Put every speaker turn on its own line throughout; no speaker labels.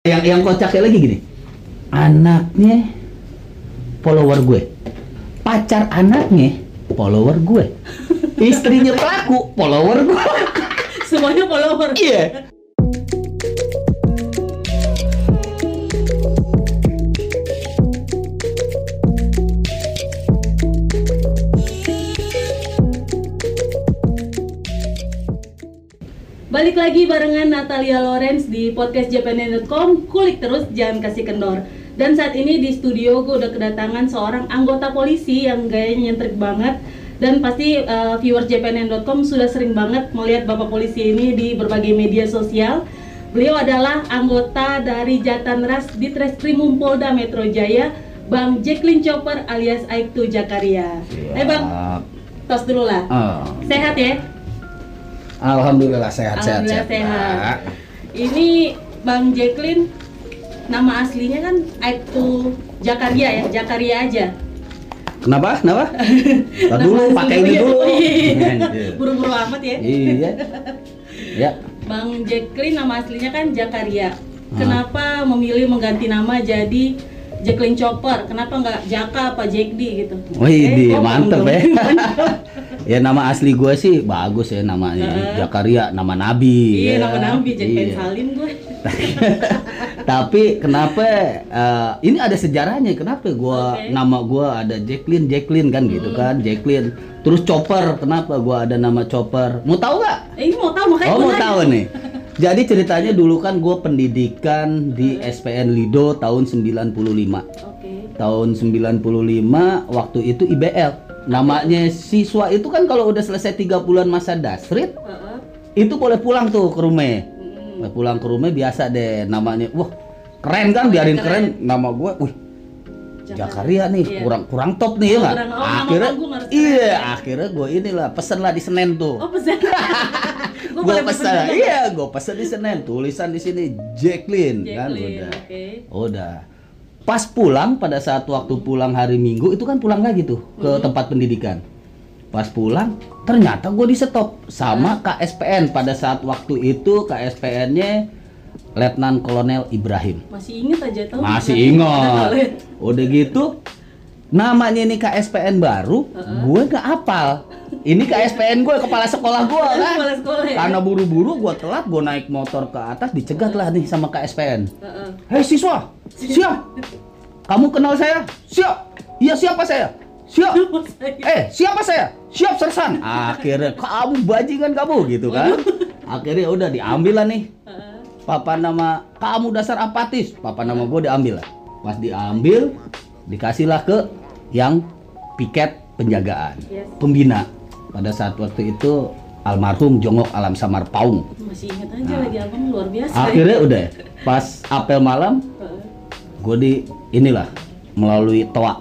Yang kocaknya lagi gini, anaknya follower gue, pacar anaknya follower gue, istrinya pelaku follower gue.
Semuanya follower.
Iya.
Balik lagi barengan Natalia Lawrence di podcast Japanen.com. Kulik terus, jangan kasih kendor. Dan saat ini di studio gue udah kedatangan seorang anggota polisi yang gayanya nyentrik banget. Dan pasti viewers Japanen.com sudah sering banget melihat bapak polisi ini di berbagai media sosial. Beliau adalah anggota dari Jatanras Ditreskrimum Polda Metro Jaya, Bang Jacqueline Chopper alias Aibtu Jakaria. Bang, tos dulu lah. Sehat ya?
Alhamdulillah sehat.
Sehat. Ini Bang Jacqueline, nama aslinya kan Aibtu Jakaria ya, Jakaria aja.
Kenapa? Tadi dulu pakai ini dulu.
Buru-buru amat ya.
Iya. Ya.
Bang Jacqueline nama aslinya kan Jakaria. Kenapa memilih mengganti nama jadi Jacqueline Chopper? Kenapa nggak Jaka apa Jack D gitu?
Wih, mantep ya. Ya nama asli gue sih bagus ya namanya. Jakaria, nama nabi.
Iya,
ya.
nama nabi, Jack Salim gue.
Tapi kenapa ini ada sejarahnya? Kenapa nama gue ada Jacqueline kan gitu kan, Jacqueline. Terus Chopper, kenapa gue ada nama Chopper? Mau tahu nggak?
Ini mau tahu makanya.
Mau tahu nih. Jadi ceritanya dulu kan gue pendidikan di SPN Lido tahun 95. Tahun 95 waktu itu IBL. Namanya siswa itu kan kalau udah selesai 3 bulan masa dasrit, itu boleh pulang tuh ke rumah. Pulang ke rumah biasa deh namanya. Wah, keren kan, biarin keren nama gue. Wih, Jakaria nih, kurang top nih ya nggak? Akhirnya gue inilah pesen lah di Senen tuh.
Oh, pesen.
Gue pesen di Senen, tulisan di sini Jacqueline kan udah. Udah. Pas pulang pada saat waktu pulang hari Minggu itu kan pulang lagi tuh ke tempat pendidikan. Pas pulang ternyata gue di stop sama KSPN pada saat waktu itu KSPN-nya Letnan Kolonel Ibrahim.
Masih inget aja tuh.
Masih ingat. Udah gitu namanya ini KSPN baru, gue nggak hafal. Ini KSPN gue, kepala sekolah gue kan. Karena buru-buru gue telat, gue naik motor ke atas dicegat lah nih sama KSPN. Hei siswa, siap. Kamu kenal saya? Siap. Iya, siapa saya? Siap. Siapa saya? Siap sersan. Akhirnya kamu bajingan kamu gitu kan. Akhirnya udah diambil lah nih. Papa nama kamu dasar apatis. Papa nama gue diambil lah. Pas diambil dikasihlah ke yang piket penjagaan, pembina. Pada saat waktu itu almarhum Jongok Alam Samar Paung.
Masih ingat aja lagi abang, luar biasa.
Akhirnya udah pas apel malam, gue di inilah melalui toa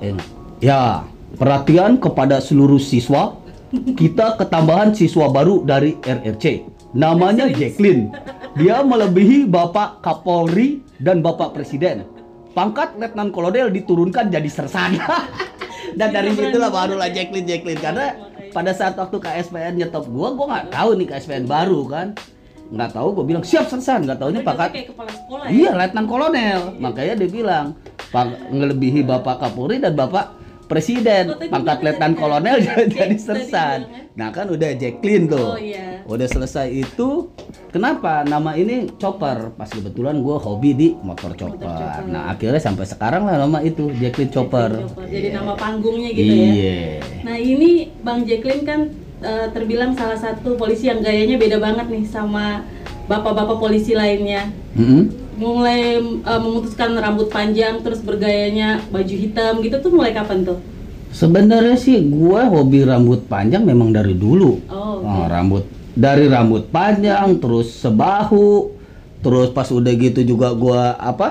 ya perhatian kepada seluruh siswa, kita ketambahan siswa baru dari RRC, namanya Jacqueline. Dia melebihi Bapak Kapolri dan Bapak Presiden. Pangkat Letnan Kolonel diturunkan jadi sersan. Dan dari situlah barulah Jacqueline karena pada saat waktu KSPN nyetop gua nggak tahu nih KSPN baru kan, nggak tahu, gua bilang siap sersan, nggak taunya pangkat
kayak kepala sekolah ya?
Iya, Letnan Kolonel. Makanya dia bilang ngelebihi Bapak Kapolri dan Bapak Presiden, pangkat Letnan Kolonel jadi sersan. Nah kan udah Jacqueline tuh. Udah selesai itu, kenapa nama ini Chopper? Pas kebetulan gue hobi di motor chopper. Nah akhirnya sampai sekarang lah nama itu Jacqueline Chopper.
Jadi nama panggungnya gitu ya. Nah ini Bang Jacqueline kan terbilang salah satu polisi yang gayanya beda banget nih sama bapak-bapak polisi lainnya. Mulai memutuskan rambut panjang terus bergayanya baju hitam gitu tuh mulai kapan tuh?
Sebenarnya sih gue hobi rambut panjang memang dari dulu. Rambut panjang terus sebahu, terus pas udah gitu juga gue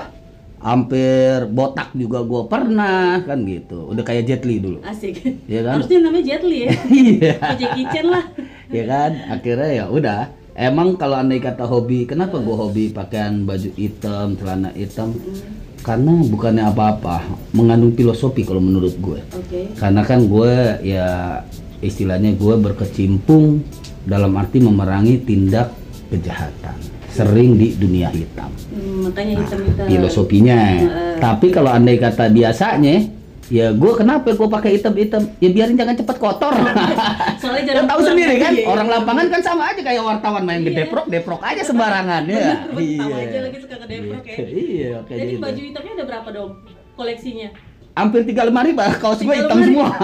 hampir botak juga gue pernah kan gitu. Udah kayak Jet Li dulu.
Asik.
Ya kan?
Harusnya namanya Jet Li ya.
Iya.
Jackie Chan lah.
Ya kan? Akhirnya ya udah. Emang kalau andai kata hobi, kenapa gue hobi pakaian baju hitam, celana hitam? Karena bukannya apa-apa, mengandung filosofi kalau menurut gue. Karena kan gue ya istilahnya gue berkecimpung dalam arti memerangi tindak kejahatan. sering di dunia hitam.
Makanya hitam-hitam.
Filosofinya. Tapi kalau andai kata biasanya, ya gue kenapa gue pakai hitam-hitam? Ya biarin jangan cepat kotor.
Soalnya jarang
tahu
pulang
sendiri kan,
lagi, ya.
orang lapangan kan sama aja kayak wartawan main deprok aja sembarangan ya.
Tahu aja lagi suka ngedeprok ya.
Iya, kayak
Jadi
gitu.
baju hitamnya ada berapa dong koleksinya?
Hampir 3 lemari Pak, kaos gue
3
hitam
lemari.
semua.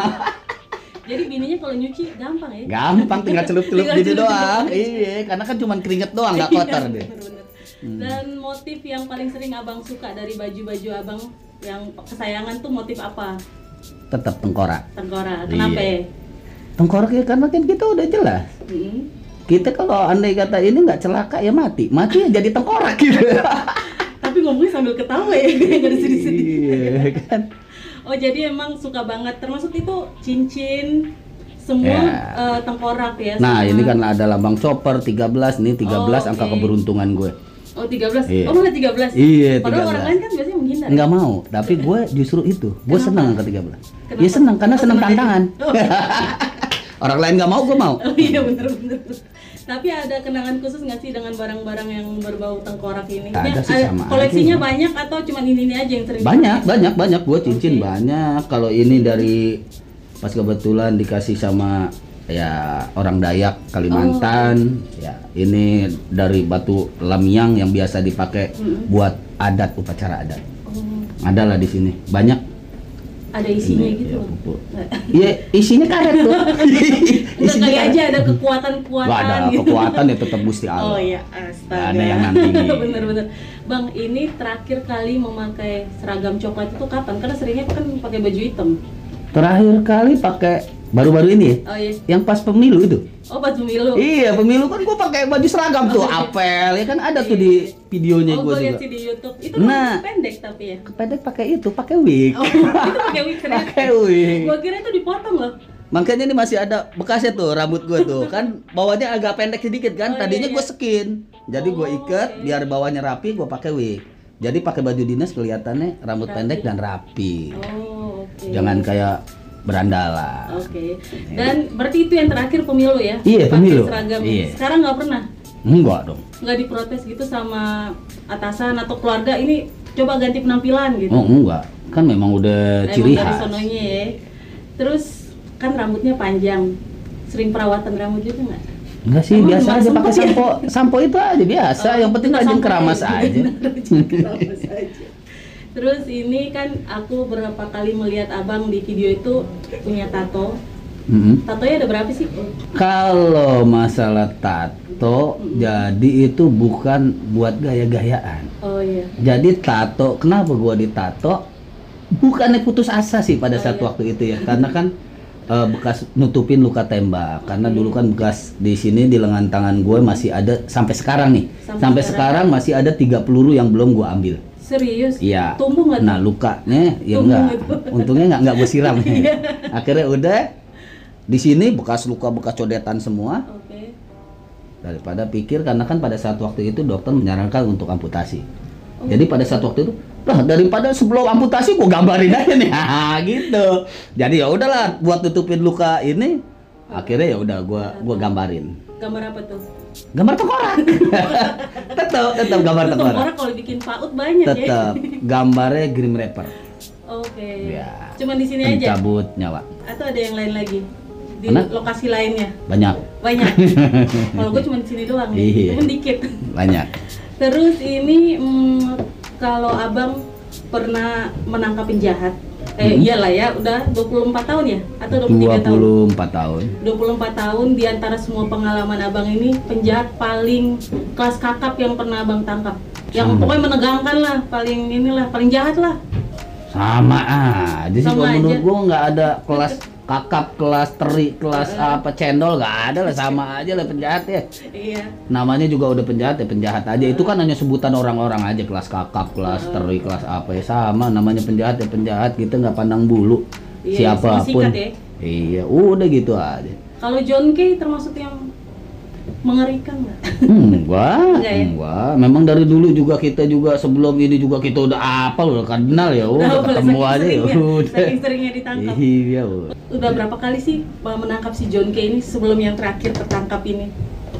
Jadi bininya kalau nyuci gampang ya?
Gampang, tinggal celup-celup
Tinggal
gitu
celup-celup
doang.
aja.
Iya, karena kan cuma keringet doang, nggak kotor deh.
Bener-bener. Dan motif yang paling sering abang suka dari baju-baju abang yang kesayangan tuh motif apa?
Tetap tengkorak.
Tengkorak. Kenapa
Iya.
ya?
Tengkorak ya karena kan kita udah jelas. Kita kalau andai kata ini nggak celaka ya mati ya jadi tengkorak gitu.
Tapi ngomongnya sambil ketawa ya, nggak ada sedih-sedih.
Iya kan.
Oh jadi emang suka banget, termasuk itu cincin, semua
Ya.
tengkorak ya.
Nah
semua.
ini kan ada lambang chopper 13 nih 13 angka
oke.
keberuntungan gue.
Oh 13?
Iya.
Oh malah 13?
Iya,
Padahal
13.
orang lain kan biasanya menghindar.
Nggak mau, tapi gue justru itu. Gue
Kenapa?
senang angka 13.
Kenapa?
Ya senang karena
Oh,
senang
senang
tantangan.
aja. Oh.
Orang lain nggak mau, gue mau.
Oh iya bener-bener. Tapi ada kenangan khusus nggak sih dengan barang-barang yang berbau tengkorak ini?
Ada sih, sama
koleksinya
aja.
banyak atau cuma ini aja yang sering?
Banyak. Gue cincin
Oke.
banyak. Kalau ini dari pas kebetulan dikasih sama ya orang Dayak Kalimantan. Ya ini dari batu lamiang yang biasa dipakai buat adat, upacara adat.
Oh,
Ada lah di sini. Banyak.
ada isinya
Ini,
gitu.
ya, pupuk. Iya, isinya karet tuh.
Enggak kali aja ada kekuatan-kekuatan
Gak ada
gitu.
kekuatan ya tetap Gusti Allah.
Oh iya, astaga.
Gak ada yang nandingin.
Bener-bener. Bang, ini terakhir kali memakai seragam coklat itu kapan? Karena seringnya kan pakai baju hitam.
Terakhir kali pakai baru-baru ini ya.
Oh iya.
Yang pas pemilu itu.
Oh, pas pemilu.
Iya, pemilu kan gua pakai baju seragam tuh, apel ya kan ada tuh di videonya
Oh,
gua
gue lihat
juga.
sih di YouTube. Itu
Nah.
rambut pendek tapi ya.
Pendek pakai itu, pakai wig.
Oh, itu pakai wig serius.
Pakai wig.
Gua kira itu dipotong loh.
Makanya ini masih ada bekasnya tuh rambut gua tuh. Kan bawahnya agak pendek sedikit kan.
Oh,
Tadinya
iya,
gua
iya.
skin. Jadi gua
Oh,
ikat
oke.
biar bawahnya rapi, gua pakai wig. Jadi pakai baju dinas kelihatannya rambut
Rapi.
pendek dan rapi.
Oh, oke.
Jangan kayak berandalan.
Oke. Dan berarti itu yang terakhir pemilu ya?
Iya,
Pakai
pemilu.
seragam.
Iya.
Sekarang nggak pernah?
Enggak dong.
Nggak diprotes gitu sama atasan atau keluarga ini coba ganti penampilan gitu?
Oh enggak. Kan memang udah ciri
Emang dari
khas.
sononya ya. Terus kan rambutnya panjang. Sering perawatan rambut gitu nggak?
Enggak sih,
Emang
biasa
gimana
aja
sempet
pakai
ya?
sampo itu aja biasa.
Oh,
Yang penting
kita
rajin
sampai
keramas aja.
Rajin keramas aja. Terus ini kan aku beberapa kali melihat abang di video itu punya tato.
Mm-mm.
Tatonya ada berapa sih?
Kalau masalah tato, jadi itu bukan buat gaya-gayaan.
Oh iya.
Jadi tato, kenapa gua ditato? Bukannya putus asa sih pada saat
iya.
waktu itu ya, karena kan bekas nutupin luka tembak. Karena dulu kan bekas di sini di lengan tangan gue masih ada sampai sekarang nih.
Sampai
Sampai
sekarang.
sekarang masih ada 3 peluru yang belum gua ambil.
Serius?
Iya.
Tumbuh nggak?
Nah lukanya ya
Tumbuh
enggak.
gitu.
Untungnya enggak gue siram.
Iya.
Akhirnya udah di sini bekas luka bekas codetan semua.
Oke.
Daripada pikir karena kan pada saat waktu itu dokter menyarankan untuk amputasi.
Oh.
Jadi pada saat waktu itu lah daripada sebelum amputasi gue gambarin aja nih. Gitu. Jadi ya udahlah buat tutupin luka ini. Akhirnya ya udah gua gambarin.
Gambar apa tuh?
Gambar tengkorak. tetap gambar
Itu
tengkorak.
tengkorak kalau bikin paut banyak ya.
Tetap gambarnya Grim Reaper.
Oke.
Ya.
Cuman di sini aja?
Pencabut nyawa.
Atau ada yang lain lagi? Di
Mana?
lokasi lainnya?
Banyak.
Banyak. Kalau gue cuma di sini doang nih.
Iya.
Cuman dikit.
Banyak.
Terus ini kalau abang pernah menangkap penjahat, iyalah ya, udah 24 tahun ya? Atau 23 tahun?
24 tahun.
24 tahun di antara semua pengalaman abang ini, penjahat paling kelas kakap yang pernah abang tangkap. Yang
Sama.
pokoknya menegangkan lah, paling jahat lah.
Sama aja sih
Sama
kalau menurut
aja.
gua nggak ada kelas kakap, kelas teri, kelas apa cendol nggak ada lah, sama aja lah penjahat ya.
Iya.
Namanya juga udah penjahat ya penjahat aja. Itu kan hanya sebutan orang-orang aja, kelas kakap, kelas teri, kelas apa ya, sama namanya penjahat ya penjahat, kita nggak pandang bulu
Iya,
siapapun.
singkat ya.
Iya, udah gitu aja.
Kalau John Kay termasuk yang mengerikan nggak?
Enggak,
Enggak ya?
enggak. Memang dari dulu juga kita juga sebelum ini juga kita udah apal, udah kenal ya, udah ketemu aja ya, udah.
Saking seringnya ditangkap.
Iya, udah.
Udah berapa kali sih menangkap si John Kay ini sebelum yang terakhir tertangkap ini?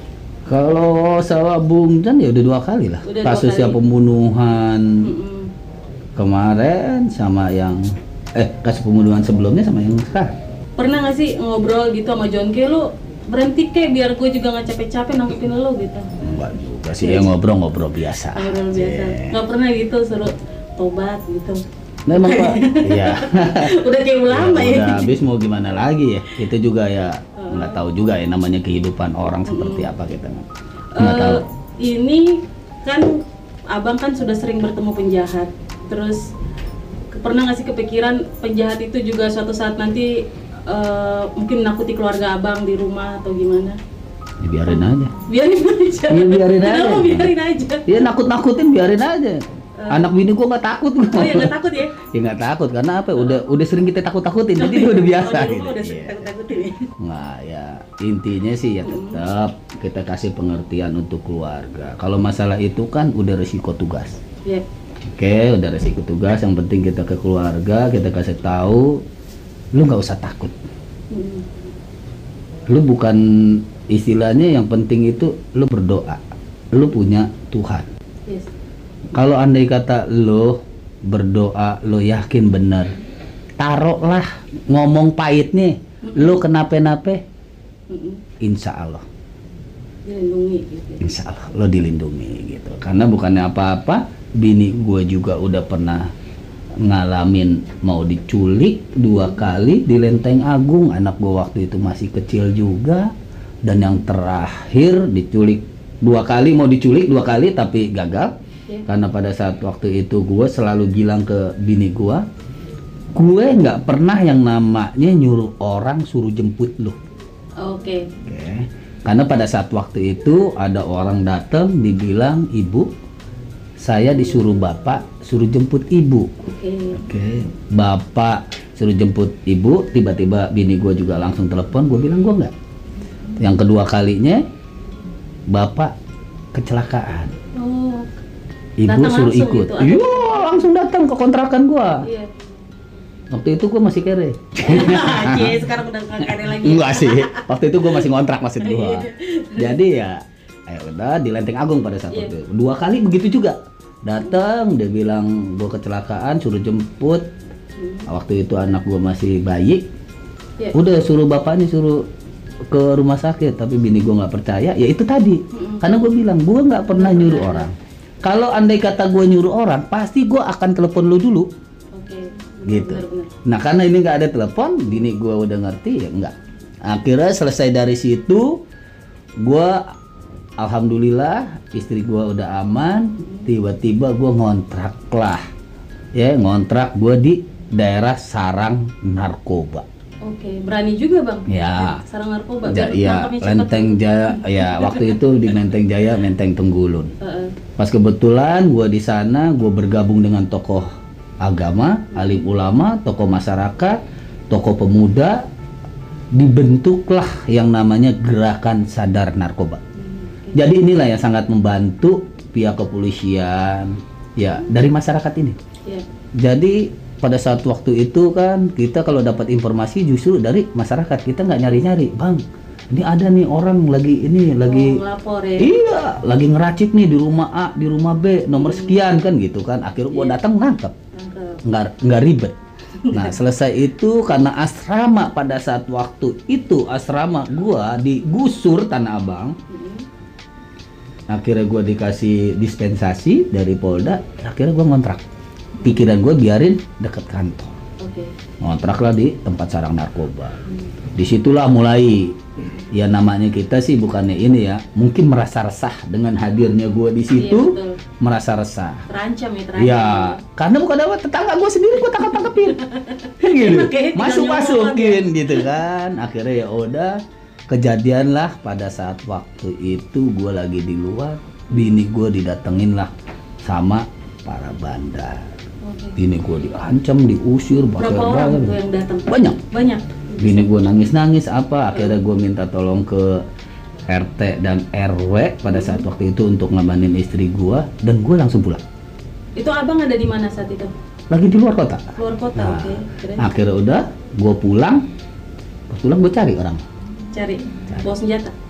Kalau sama Bung Jan ya udah 2 kali lah.
Udah 2
Kasusnya
kali.
pembunuhan kemarin sama yang kasus pembunuhan sebelumnya sama yang sekarang.
Pernah nggak sih ngobrol gitu sama John Kay, lu berhenti Kay biar gue juga nggak capek-capek nangkepin lo gitu?
Enggak juga sih, ya ngobrol-ngobrol biasa.
Ngobrol biasa.
aja.
Nggak pernah gitu suruh tobat gitu?
Memang Pak, iya.
Udah kayak ulama ya.
Udah habis mau gimana lagi ya? Kita juga ya nggak tahu juga ya namanya kehidupan orang seperti apa kita nggak tahu.
Ini kan abang kan sudah sering bertemu penjahat, terus pernah nggak sih kepikiran penjahat itu juga suatu saat nanti mungkin nakuti keluarga abang di rumah atau gimana?
Ya, biarin aja.
Biarin aja.
Iya biarin aja.
Kenapa biarin aja?
Iya nakut-nakutin biarin aja. Anak bini gua nggak takut gua.
Oh ya nggak takut ya?
Ya nggak takut karena apa? Udah sering kita takut-takutin, jadi dia udah biasa.
Oh, di rumah
Gitu.
udah sering
Iya.
takut-takutin ya?
Nah ya intinya sih ya tetap kita kasih pengertian untuk keluarga. Kalau masalah itu kan udah resiko tugas.
Iya.
Oke, udah resiko tugas. Yang penting kita ke keluarga kita kasih tahu, lu nggak usah takut. Lu bukan istilahnya yang penting itu lu berdoa. Lu punya Tuhan.
Yes.
Kalau andai kata lu berdoa, lu yakin bener, taruhlah ngomong pahitnya, lu kenapa-napa, insya Allah.
Dilindungi gitu.
Insya Allah lo dilindungi gitu. Karena bukannya apa-apa, bini gue juga udah pernah ngalamin mau diculik 2 kali di Lenteng Agung. Anak gue waktu itu masih kecil juga. Dan yang terakhir diculik 2 kali, mau diculik 2 kali tapi gagal. Karena pada saat waktu itu gue selalu bilang ke bini gue nggak pernah yang namanya nyuruh orang suruh jemput lo.
Oke.
Karena pada saat waktu itu ada orang datang dibilang, ibu, saya disuruh bapak suruh jemput ibu. Oke. Bapak suruh jemput ibu, tiba-tiba bini gue juga langsung telepon, gue bilang gue nggak. Yang kedua kalinya bapak kecelakaan. Ibu
Datang
suruh
langsung
ikut.
gitu,
Iya, langsung datang ke kontrakan gue.
Iya.
Waktu itu gue masih kere.
Iya, sekarang udah nggak kere lagi.
Enggak sih. Waktu itu gue masih ngontrak maksud gue. Jadi ya udah di Lenteng Agung pada saat itu. 2 kali begitu juga. Datang dia bilang gue kecelakaan suruh jemput. Waktu itu anak gue masih bayi. Udah suruh bapaknya suruh ke rumah sakit, tapi bini gue nggak percaya. Ya itu tadi. Karena gue bilang gue nggak pernah nyuruh orang. Kalau andai kata gue nyuruh orang, pasti gue akan telepon lu dulu. Gitu. Nah karena ini nggak ada telepon, bini gue udah ngerti ya enggak. Akhirnya selesai dari situ, gue alhamdulillah istri gue udah aman. Tiba-tiba gue ngontrak lah, ya ngontrak gue di daerah sarang narkoba.
Oke, berani juga bang.
Ya.
Sarang narkoba.
Iya, Lenteng Jaya. Ya waktu itu di Menteng Jaya, Menteng Tenggulun. Pas kebetulan gue di sana, gue bergabung dengan tokoh agama, alim ulama, tokoh masyarakat, tokoh pemuda, dibentuklah yang namanya Gerakan Sadar Narkoba. Jadi inilah yang sangat membantu pihak kepolisian, ya dari masyarakat ini. Jadi pada saat waktu itu kan kita kalau dapat informasi justru dari masyarakat, kita nggak nyari-nyari, bang. Ini ada nih orang lagi
ngelapor ya?
Iya, lagi ngeracik nih di rumah A, di rumah B, nomor sekian kan gitu kan. Akhirnya gua datang nangkep. Nggak ribet. Nah, selesai itu karena asrama pada saat waktu itu asrama gua digusur Tanah Abang. Akhirnya gua dikasih dispensasi dari Polda, akhirnya gua ngontrak. Pikiran gue biarin deket kantor. Ngontrak lah di tempat sarang narkoba. Disitulah mulai ya namanya kita sih bukannya ini ya, mungkin merasa resah dengan hadirnya gue di situ. Iya, merasa resah.
Terancam ya,
Ya, karena bukan apa tetangga gue sendiri gue tangkap-tangkapin. Gitu. Masuk-masukin gitu kan. Akhirnya ya udah kejadian lah pada saat waktu itu gue lagi di luar, bini gue didatengin lah sama para bandar. Bini gue diancam, diusir,
berapa orang tuh yang datang? Banyak.
Bini gue nangis-nangis apa, akhirnya gue minta tolong ke RT dan RW pada saat waktu itu untuk ngamanin istri gue, dan gue langsung pulang.
Itu abang ada di mana saat itu?
Lagi di luar kota.
Luar kota,
nah,
oke.
Akhirnya udah, gue pulang gue cari orang.
Cari. Bawa senjata?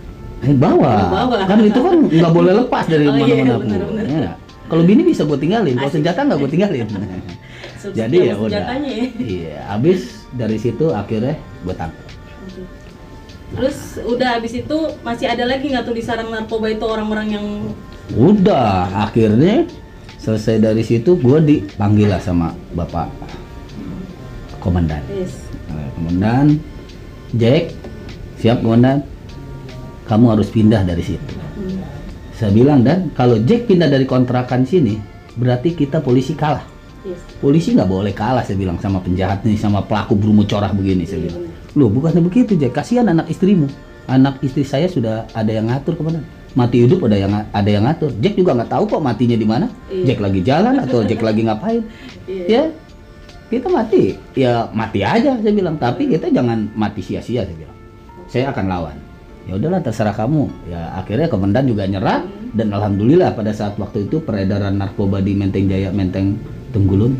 Bawa. Kan itu kan nggak boleh lepas dari mana-mana pun. Ya. Kalau bini bisa gue tinggalin, kalau senjata nggak gue tinggalin. Jadi ya udah. Iya, habis dari situ akhirnya gue tangkap.
Terus udah habis itu masih ada lagi nggak tuh di sarang narkoba itu orang-orang yang?
Udah, akhirnya selesai dari situ gue dipanggil lah sama bapak komandan.
Yes.
Komandan, Jack, siap komandan, kamu harus pindah dari situ. Saya bilang, dan kalau Jack pindah dari kontrakan sini, berarti kita polisi kalah.
Yes.
Polisi nggak boleh kalah, saya bilang, sama penjahat nih, sama pelaku berumur corah begini. Saya bilang, loh bukannya begitu Jack, kasihan anak istrimu. Anak istri saya sudah ada yang ngatur komandan. Mati hidup ada yang ngatur. Jack juga nggak tahu kok matinya di mana. Jack lagi jalan atau Jack lagi ngapain. Ya kita mati, ya mati aja saya bilang. Tapi kita jangan mati sia-sia, saya bilang. Saya akan lawan. Ya udahlah terserah kamu. Ya akhirnya komandan juga nyerah. Dan alhamdulillah pada saat waktu itu peredaran narkoba di Menteng Jaya, Menteng Tenggulun.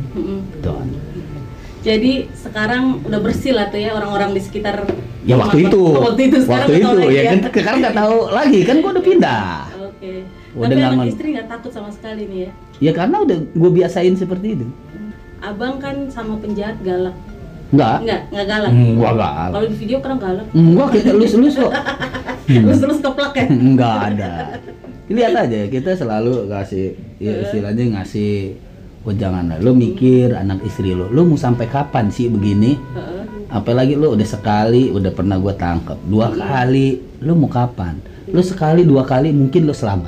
Jadi sekarang udah bersih lah tuh ya orang-orang di sekitar.
Ya waktu itu
sekarang
ya kan sekarang nggak tahu lagi kan gue udah pindah.
Oke.
Udah
Tapi anak istri nggak takut sama sekali nih ya?
Ya karena udah gue biasain seperti itu.
Abang kan sama penjahat galak.
Enggak
galak.
Gua galak.
Kalau di video kan galak.
Enggak, kita lus-lus kok.
Lus-lus keplak ya?
Enggak ada. Lihat aja, kita selalu kasih ya istilahnya ngasih jangan lo mikir anak istri lo mau sampai kapan sih begini? Apalagi lo udah sekali, udah pernah gue tangkap, 2 kali, lo mau kapan? Lo sekali 2 kali mungkin lo selamat.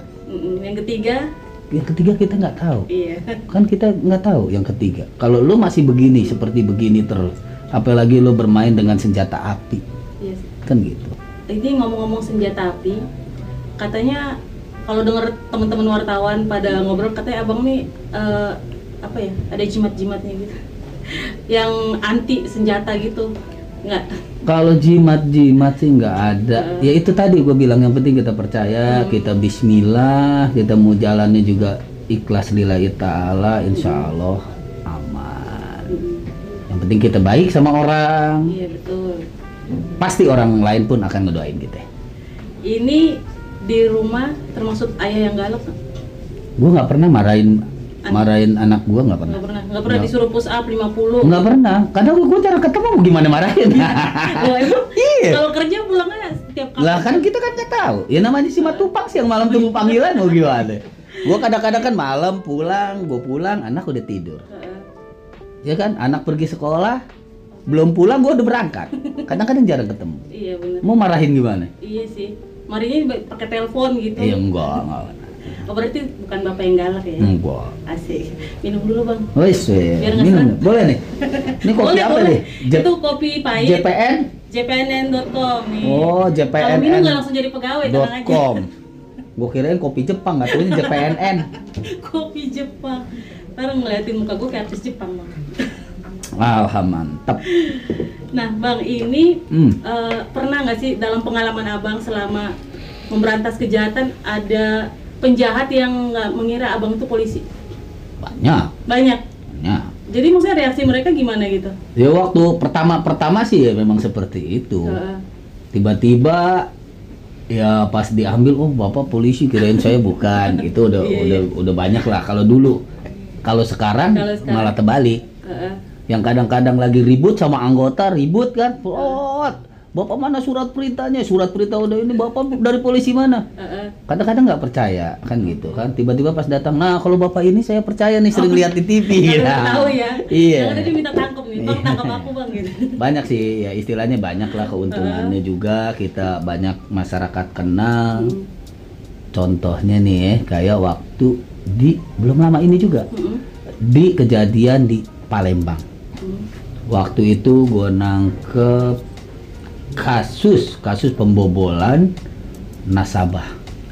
Yang ketiga kita nggak tahu.
Iya.
Kan kita nggak tahu yang ketiga. Kalau lo masih begini seperti begini terus, apalagi lo bermain dengan senjata api, kan gitu.
Ini ngomong-ngomong senjata api, katanya kalau dengar teman-teman wartawan pada ngobrol, katanya abang nih apa ya, ada jimat-jimatnya gitu yang anti senjata gitu, nggak?
Kalau jimat-jimat sih nggak ada. Ya itu tadi gue bilang, yang penting kita percaya, kita bismillah, kita mau jalannya juga ikhlas lillahi ta'ala, insya Allah aman. Yang penting kita baik sama orang.
Iya betul.
Pasti orang lain pun akan ngedoain kita.
Ini di rumah termasuk ayah yang galak?
Gue nggak pernah marahin anak gue, nggak pernah.
Nggak pernah disuruh push up 50?
Nggak pernah, karena gue cara ketemu gimana marahin.
Iya. Kalau kerja pulangnya setiap kapan?
Lah kan kita kan nggak tahu. Ya namanya si Matupang sih yang malam tunggu panggilan, mau gimana? Gue kadang-kadang kan malam pulang, gue pulang anak udah tidur. Ya kan, anak pergi sekolah, belum pulang gue udah berangkat. Kadang-kadang jarang ketemu.
Iya benar.
Mau marahin gimana?
Iya sih. Marinya pakai telepon gitu.
Iya enggak.
Oh berarti bukan bapak yang galak ya?
Enggak.
Asik. Minum dulu bang.
Wes, minum. Boleh nih. Ini kopi
boleh,
apa
boleh.
nih?
Itu kopi pahit.
JPN.com
nih.
Oh, JPN.
Kalau minum nggak langsung jadi pegawai, tenang aja.
Gue kirain kopi Jepang, nggak tahunya JPNN.
Kopi Jepang. Ntar ngeliatin muka gue kayak artis Jepang bang.
Mantap.
Nah bang, ini pernah nggak sih dalam pengalaman abang selama memberantas kejahatan ada penjahat yang nggak mengira abang itu polisi? Banyak. Jadi maksudnya reaksi mereka gimana gitu?
Ya waktu pertama sih ya memang seperti itu. Tiba-tiba ya pas diambil, oh bapak polisi, kirain saya bukan. Itu udah banyak lah. Kalau dulu, kalau sekarang malah terbalik. Yang kadang-kadang lagi ribut sama anggota, ribut kan, bapak mana surat perintahnya? Surat perintah udah ini, bapak dari polisi mana? Kadang-kadang nggak percaya kan gitu kan. Tiba-tiba pas datang, nah kalau bapak ini saya percaya nih, sering lihat di TV.
Tahu ya.
Iya.
Yang ada dia minta tangkap nih, bang tangkap aku bang gitu.
Banyak sih ya, istilahnya banyak lah keuntungannya juga, kita banyak masyarakat kenal. Contohnya nih ya, kayak waktu belum lama ini juga di kejadian di Palembang. Waktu itu gue nangkep kasus pembobolan nasabah.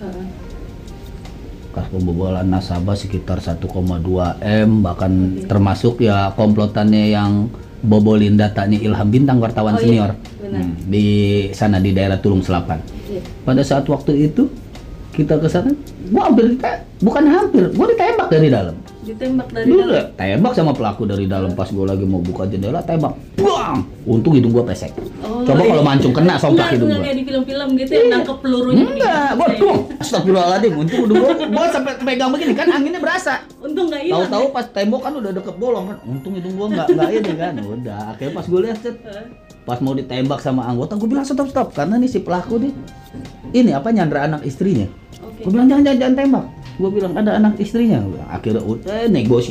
Kasus pembobolan nasabah sekitar 1,2 M, bahkan termasuk ya komplotannya yang bobolin datanya Ilham Bintang, wartawan senior. Di sana di daerah Tulung Selapan. Pada saat waktu itu kita ke sana, gue ditembak dari dalam.
Ditembak dari
Dulu
dalam.
tembak sama pelaku dari dalam pas gue lagi mau buka jendela tembak. Bang! Untung hidung gue pesek.
Oh,
Coba kalau mancung kena songkak hidung
Enggak
gue.
kayak di film-film gitu yang nangkep pelurunya.
Enggak, gue tuh astagfirullahaladzim. Untung hidung gue sampai pegang begini kan anginnya berasa.
Untung nggak hilang.
Tahu-tahu pas tembok kan udah deket bolong kan. Untung hidung gue nggak ini kan. Udah, akhirnya pas gue lihat pas mau ditembak sama anggota, gue bilang stop karena nih si pelaku nih ini apa nyandra anak istrinya.
Oke.
Gue bilang jangan tembak. Gue bilang ada anak istrinya. Akhirnya udah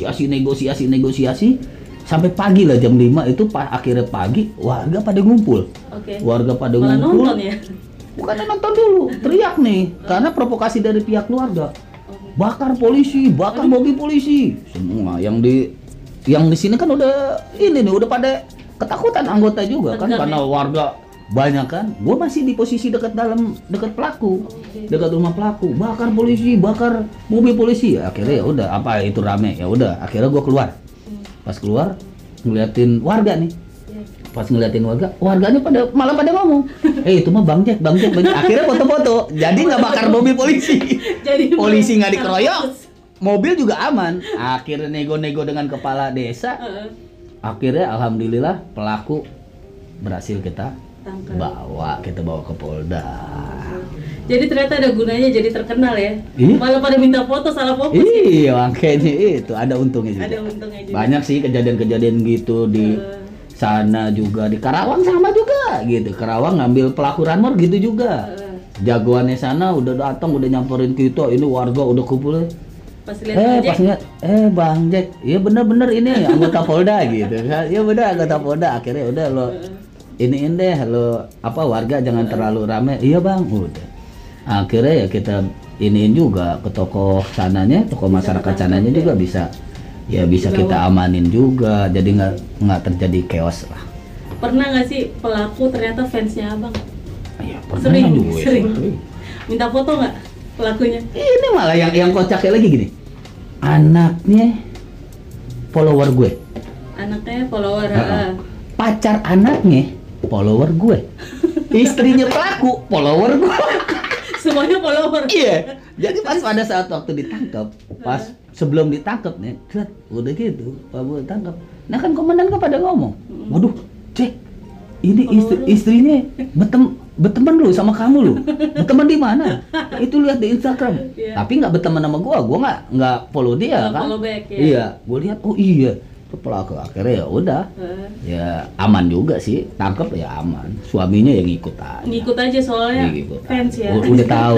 negosiasi sampai pagi lah jam 5 itu akhirnya pagi warga pada ngumpul.
Oke.
Warga pada
Malah
ngumpul.
nonton ya.
Bukan nonton dulu, teriak nih karena provokasi dari pihak keluarga. Bakar polisi, bakar mobil polisi. Semua yang di sini kan udah ini nih udah pada ketakutan anggota juga kan karena warga banyak kan. Gue masih di posisi dekat pelaku, dekat rumah pelaku. Bakar polisi, bakar mobil polisi. Akhirnya ya udah apa itu rame ya udah. Akhirnya gue keluar. Pas keluar ngeliatin warga nih. Pas ngeliatin warganya malah pada ngomong, itu mah Bang Jack. Akhirnya foto-foto. Jadi nggak bakar mobil polisi.
Jadi
Polisi nggak dikeroyok, mobil juga aman. Akhirnya nego-nego dengan kepala desa. Akhirnya alhamdulillah pelaku berhasil kita bawa ke Polda.
Jadi ternyata ada gunanya jadi terkenal ya. Malah pada minta foto salah fokus.
Iya, makanya itu ada untungnya juga.
Ada untungnya juga.
Banyak sih kejadian-kejadian gitu di sana juga, di Karawang sama juga gitu. Karawang ngambil pelaku ranmor gitu juga. Jagoannya sana udah datang udah nyamperin kita, ini warga udah kumpul.
Pas lihat
Bang Jack, iya bener-bener ini anggota Polda gitu kan. Iya bener anggota Polda. Akhirnya udah lo iniin deh lo apa warga jangan terlalu rame. Iya Bang, udah. Akhirnya ya kita iniin juga ke tokoh sananya, tokoh masyarakat sananya juga bisa kita amanin juga. Jadi nggak terjadi chaos lah.
Pernah nggak sih pelaku ternyata fansnya abang?
Iya, pernah
Sering.
juga.
Minta foto nggak pelakunya?
Ini malah yang kocaknya lagi gini. Anaknya follower gue.
Anaknya follower.
Pacar anaknya follower gue. Istrinya pelaku follower gue.
Semuanya follower.
Iya. Jadi pas pada saat waktu ditangkap, pas sebelum ditangkap nih, udah gitu, Pak Bu ditangkap. Nah kan komandan pada ngomong, waduh, cek, ini istrinya berteman lu sama kamu lu, berteman di mana? Itu lihat di Instagram. Tapi nggak berteman sama gua nggak follow dia kan?
Follow back, ya.
Iya, gua lihat, oh iya. Pelaku akhirnya ya udah ya aman juga sih, tangkep ya aman, suaminya yang ngikut aja
soalnya fans ya
udah tahu.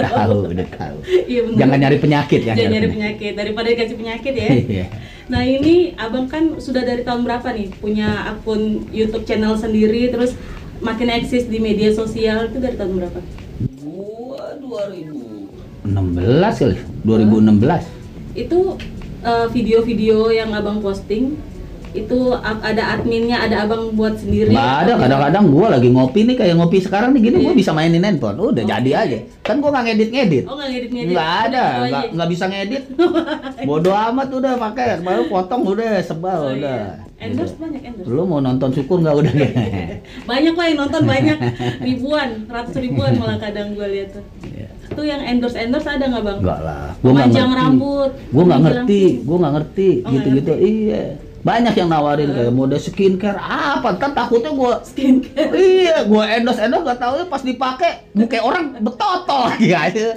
Iya,
jangan nyari penyakit ya,
jangan nyari penyakit daripada dikasih penyakit ya. Nah ini abang kan sudah dari tahun berapa nih punya akun YouTube channel sendiri terus makin eksis di media sosial, itu dari tahun berapa?
Gua 2016 kali, 2016
itu video-video yang abang posting itu ada adminnya, ada abang buat sendiri?
Nggak ada, kadang-kadang gua lagi ngopi nih kayak ngopi sekarang nih gini, gua bisa mainin handphone, udah jadi aja. Kan gua nggak ngedit.
Oh nggak ngedit?
Nggak ada, nggak bisa ngedit. Bodoh amat udah pakai, baru potong udah sebal udah.
Endorse banyak endorse.
Lu mau nonton syukur nggak udah?
Banyak kok yang nonton, banyak ribuan, ratus ribuan malah kadang gua lihat tuh. Itu yang endorse ada nggak bang?
Enggak lah,
gua panjang rambut.
Gua nggak ngerti, gitu-gitu. Iya, banyak yang nawarin kayak mode skincare apa, ntar takutnya gua
skincare.
Iya, gua endorse nggak tahu pas dipakai muka orang betotol lagi aja.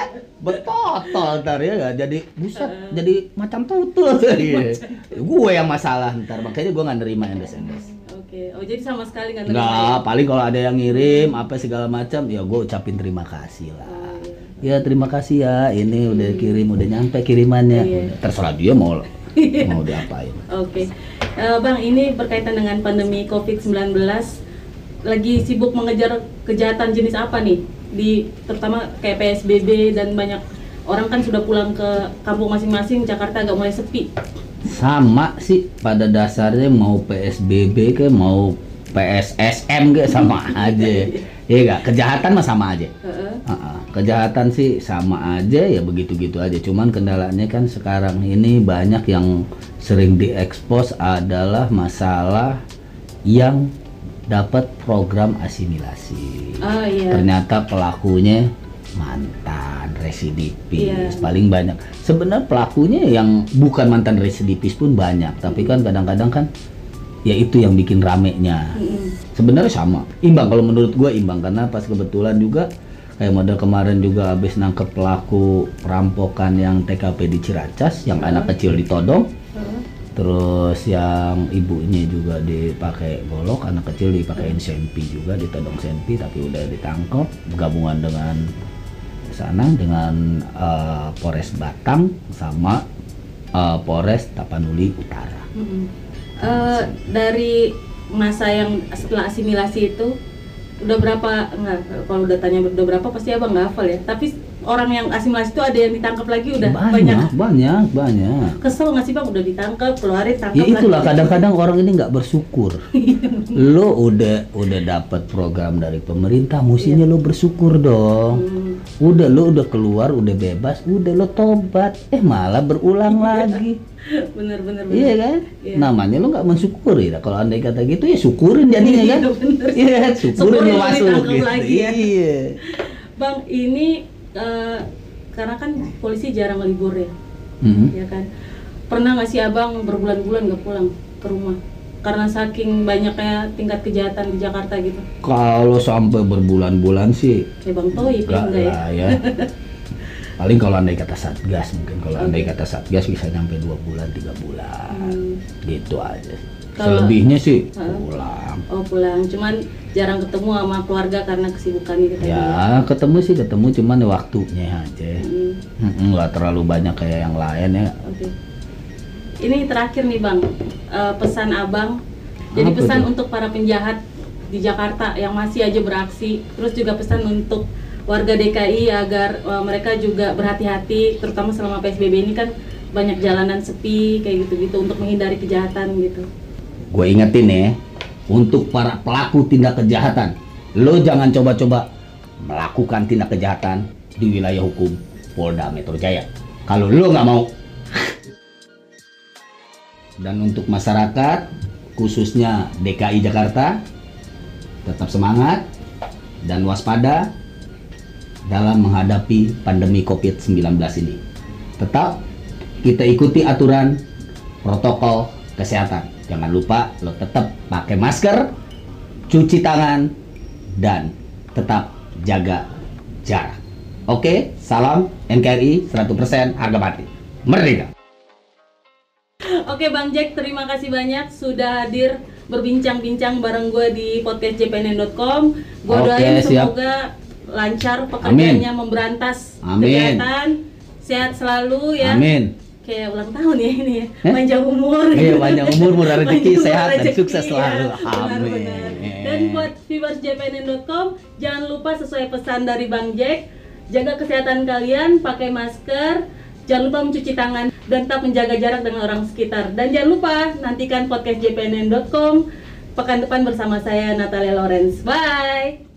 Betotol ntar ya nggak, jadi buset, jadi macam tutul. Gue yang masalah ntar, makanya gua nggak nerima endorse.
Oke, oh jadi sama sekali nggak nerima?
Nggak, paling kalau ada yang ngirim apa segala macam, ya gue ucapin terima kasih lah. Ya terima kasih ya, ini udah kirim, udah nyampe kirimannya. Terserah dia mau diapain.
Oke. Bang, ini berkaitan dengan pandemi COVID-19, lagi sibuk mengejar kejahatan jenis apa nih? Terutama kayak PSBB dan banyak orang kan sudah pulang ke kampung masing-masing, Jakarta agak mulai sepi.
Sama sih pada dasarnya, mau PSBB ke mau PSSM ke sama aja. Iya gak? Kejahatan mah sama aja. Kejahatan sih sama aja ya, begitu-gitu aja. Cuman kendalanya kan sekarang ini banyak yang sering diekspos adalah masalah yang dapat program asimilasi.
Oh, iya.
Ternyata pelakunya mantan mantan residipis paling banyak. Sebenarnya pelakunya yang bukan mantan residipis pun banyak, tapi kan kadang-kadang kan ya itu yang bikin ramenya. Sebenarnya sama, imbang kalau menurut gue imbang, karena pas kebetulan juga kayak model kemarin juga habis nangkep pelaku perampokan yang TKP di Ciracas yang anak kecil ditodong. Terus yang ibunya juga dipakai golok, anak kecil dipakein sempi juga, ditodong sempi, tapi udah ditangkap gabungan dengan sana dengan Polres Batang sama Polres Tapanuli Utara.
Dari masa yang setelah asimilasi itu udah berapa, enggak, kalau udah tanya udah berapa pasti abang nggak hafal ya, tapi orang yang asimilasi itu ada yang ditangkap lagi udah
banyak.
Kesel nggak sih bang, udah ditangkap keluarin tangkap
ya itulah
lagi.
Kadang-kadang orang ini nggak bersyukur. Lo udah dapat program dari pemerintah, mestinya lo bersyukur dong. Lo udah keluar, udah bebas, udah lo tobat, malah berulang lagi.
Bener.
Iya kan? Iya. Namanya lo nggak mensyukuri. Kalau andai kata gitu ya syukurin jadinya kan? Iya, syukurin lo masuk gitu.
Lagi, ya.
Iya.
Bang, ini karena kan polisi jarang libur ya, ya kan? Pernah nggak sih abang berbulan-bulan nggak pulang ke rumah karena saking banyaknya tingkat kejahatan di Jakarta gitu?
Kalau sampai berbulan-bulan sih,
Kayak Bang Toib ya enggak ya?
Paling kalau andai kata satgas mungkin, andai kata satgas bisa nyampe 2 bulan 3 bulan, gitu aja. Selebihnya sih pulang.
Oh pulang, cuman jarang ketemu sama keluarga karena kesibukan gitu.
Ya ketemu, cuman waktunya aja. Nggak terlalu banyak kayak yang lain ya.
Oke. Ini terakhir nih bang, pesan abang. Jadi pesan untuk para penjahat di Jakarta yang masih aja beraksi, terus juga pesan untuk warga DKI agar mereka juga berhati-hati, terutama selama PSBB ini kan banyak jalanan sepi kayak gitu-gitu untuk menghindari kejahatan gitu.
Gue ingetin ya, untuk para pelaku tindak kejahatan, lo jangan coba-coba melakukan tindak kejahatan di wilayah hukum Polda Metro Jaya. Kalau lo nggak mau. Dan untuk masyarakat, khususnya DKI Jakarta, tetap semangat dan waspada dalam menghadapi pandemi COVID-19 ini. Tetap kita ikuti aturan protokol kesehatan. Jangan lupa lo tetap pakai masker, cuci tangan, dan tetap jaga jarak. Oke, salam NKRI 100% harga mati. Merdeka!
Oke Bang Jack, terima kasih banyak sudah hadir berbincang-bincang bareng gue di podcast jpnn.com. Gue doain semoga lancar pekerjaannya, memberantas kejahatan, sehat selalu ya.
Amin.
Kayak ulang tahun ya ini ya, panjang umur.
Iya, panjang umur, murah rezeki, sehat dan sukses selalu. Amin.
Dan buat viewers jpnn.com, jangan lupa sesuai pesan dari Bang Jack, jaga kesehatan kalian, pakai masker, jangan lupa mencuci tangan, dan tetap menjaga jarak dengan orang sekitar. Dan jangan lupa nantikan podcast jpnn.com pekan depan bersama saya Natalia Lawrence. Bye.